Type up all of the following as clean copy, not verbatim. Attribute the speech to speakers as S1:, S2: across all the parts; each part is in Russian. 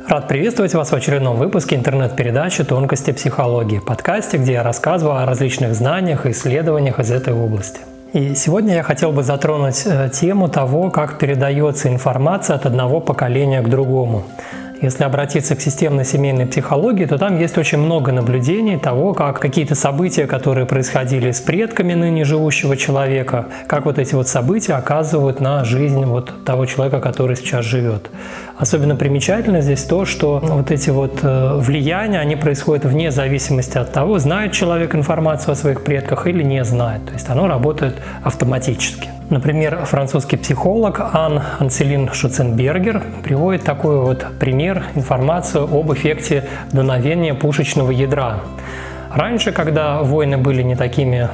S1: Рад приветствовать вас в очередном выпуске интернет-передачи «Тонкости психологии», подкасте, где я рассказываю о различных знаниях и исследованиях из этой области. И сегодня я хотел бы затронуть тему того, как передается информация от одного поколения к другому. Если обратиться к системной семейной психологии, то там есть очень много наблюдений того, как какие-то события, которые происходили с предками ныне живущего человека, как вот эти вот события оказывают на жизнь вот того человека, который сейчас живет. Особенно примечательно здесь то, что вот эти вот влияния, они происходят вне зависимости от того, знает человек информацию о своих предках или не знает. То есть оно работает автоматически. Например, французский психолог Анселин Шуценбергер приводит такой вот пример, информацию об эффекте дуновения пушечного ядра. Раньше, когда войны были не такими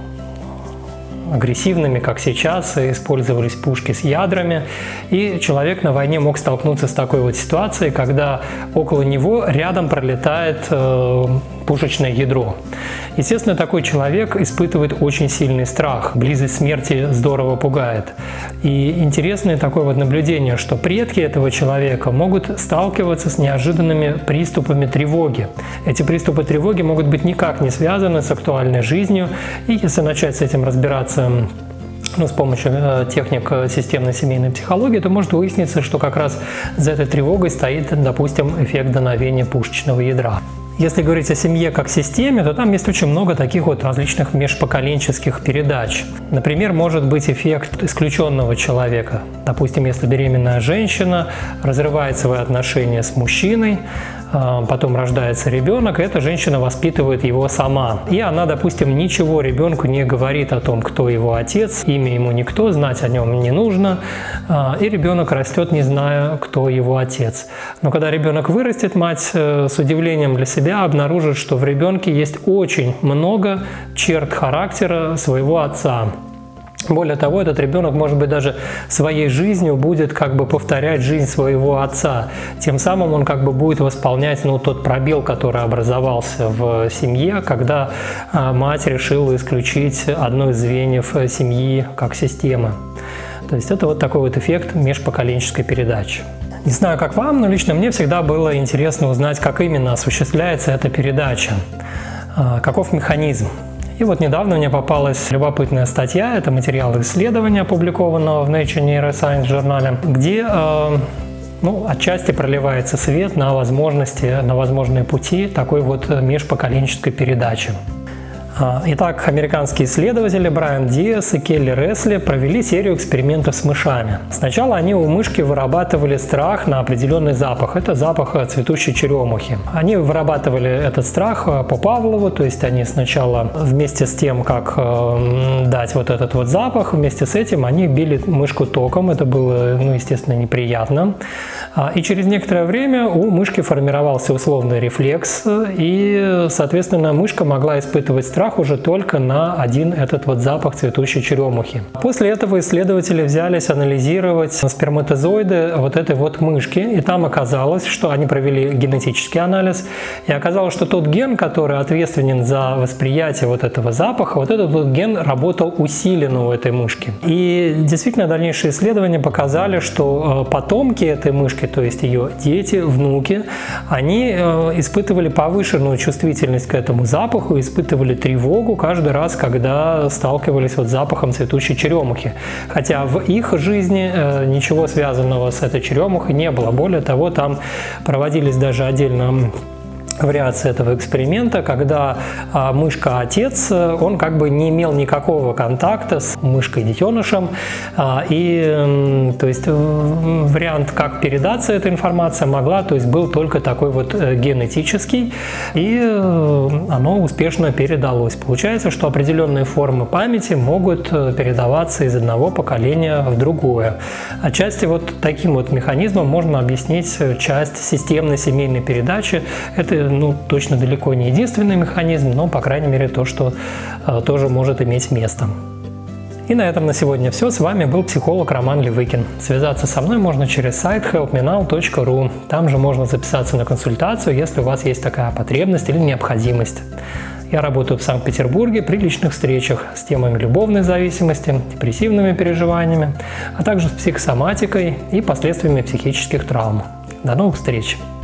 S1: агрессивными, как сейчас, и использовались пушки с ядрами, и человек на войне мог столкнуться с такой вот ситуацией, когда около него рядом пролетает пушечное ядро. Естественно, такой человек испытывает очень сильный страх. Близость смерти здорово пугает. И интересное такое вот наблюдение, что предки этого человека могут сталкиваться с неожиданными приступами тревоги. Эти приступы тревоги могут быть никак не связаны с актуальной жизнью. И если начать с этим разбираться с помощью техник системной семейной психологии, то может выясниться, что как раз за этой тревогой стоит, допустим, эффект дуновения пушечного ядра. Если говорить о семье как системе, то там есть очень много таких вот различных межпоколенческих передач. Например, может быть эффект исключенного человека. Допустим, если беременная женщина разрывает свои отношения с мужчиной, потом рождается ребенок, и эта женщина воспитывает его сама. И она, допустим, ничего ребенку не говорит о том, кто его отец, имя ему никто, знать о нем не нужно, и ребенок растет, не зная, кто его отец. Но когда ребенок вырастет, мать с удивлением для себя обнаружит, что в ребенке есть очень много черт характера своего отца. Более того, этот ребенок, может быть, даже своей жизнью будет как бы повторять жизнь своего отца. Тем самым он как бы будет восполнять тот пробел, который образовался в семье, когда мать решила исключить одно из звеньев семьи как системы. То есть это вот такой вот эффект межпоколенческой передачи. Не знаю, как вам, но лично мне всегда было интересно узнать, как именно осуществляется эта передача, каков механизм. И вот недавно мне попалась любопытная статья, это материал исследования, опубликованного в Nature Neuroscience журнале, где отчасти проливается свет на возможные пути такой вот межпоколенческой передачи. Итак, американские исследователи Брайан Диас и Келли Ресли провели серию экспериментов с мышами. Сначала они у мышки вырабатывали страх на определенный запах. Это запах цветущей черемухи. Они вырабатывали этот страх по Павлову, то есть они сначала вместе с тем, как дать вот этот вот запах, вместе с этим они били мышку током. Это было, естественно, неприятно. И через некоторое время у мышки формировался условный рефлекс, и, соответственно, мышка могла испытывать страх уже только на один этот вот запах цветущей черемухи. После этого исследователи взялись анализировать сперматозоиды вот этой вот мышки, и там оказалось, что они провели генетический анализ, и оказалось, что тот ген, который ответственен за восприятие вот этого запаха, вот этот вот ген работал усиленно у этой мышки. И действительно дальнейшие исследования показали, что потомки этой мышки, то есть ее дети, внуки, они испытывали повышенную чувствительность к этому запаху, испытывали тревогу каждый раз, когда сталкивались с запахом цветущей черемухи. Хотя в их жизни ничего связанного с этой черемухой не было. Более того, там проводились даже отдельно вариация этого эксперимента, когда мышка-отец, он как бы не имел никакого контакта с мышкой-детенышем, и то есть вариант, как передаться эта информация могла, то есть был только такой вот генетический, и оно успешно передалось. Получается, что определенные формы памяти могут передаваться из одного поколения в другое. Отчасти вот таким вот механизмом можно объяснить часть системной семейной передачи. Это точно далеко не единственный механизм, но, по крайней мере, то, что тоже может иметь место. И на этом на сегодня все. С вами был психолог Роман Левыкин. Связаться со мной можно через сайт helpmenow.ru. Там же можно записаться на консультацию, если у вас есть такая потребность или необходимость. Я работаю в Санкт-Петербурге при личных встречах с темами любовной зависимости, депрессивными переживаниями, а также с психосоматикой и последствиями психических травм. До новых встреч!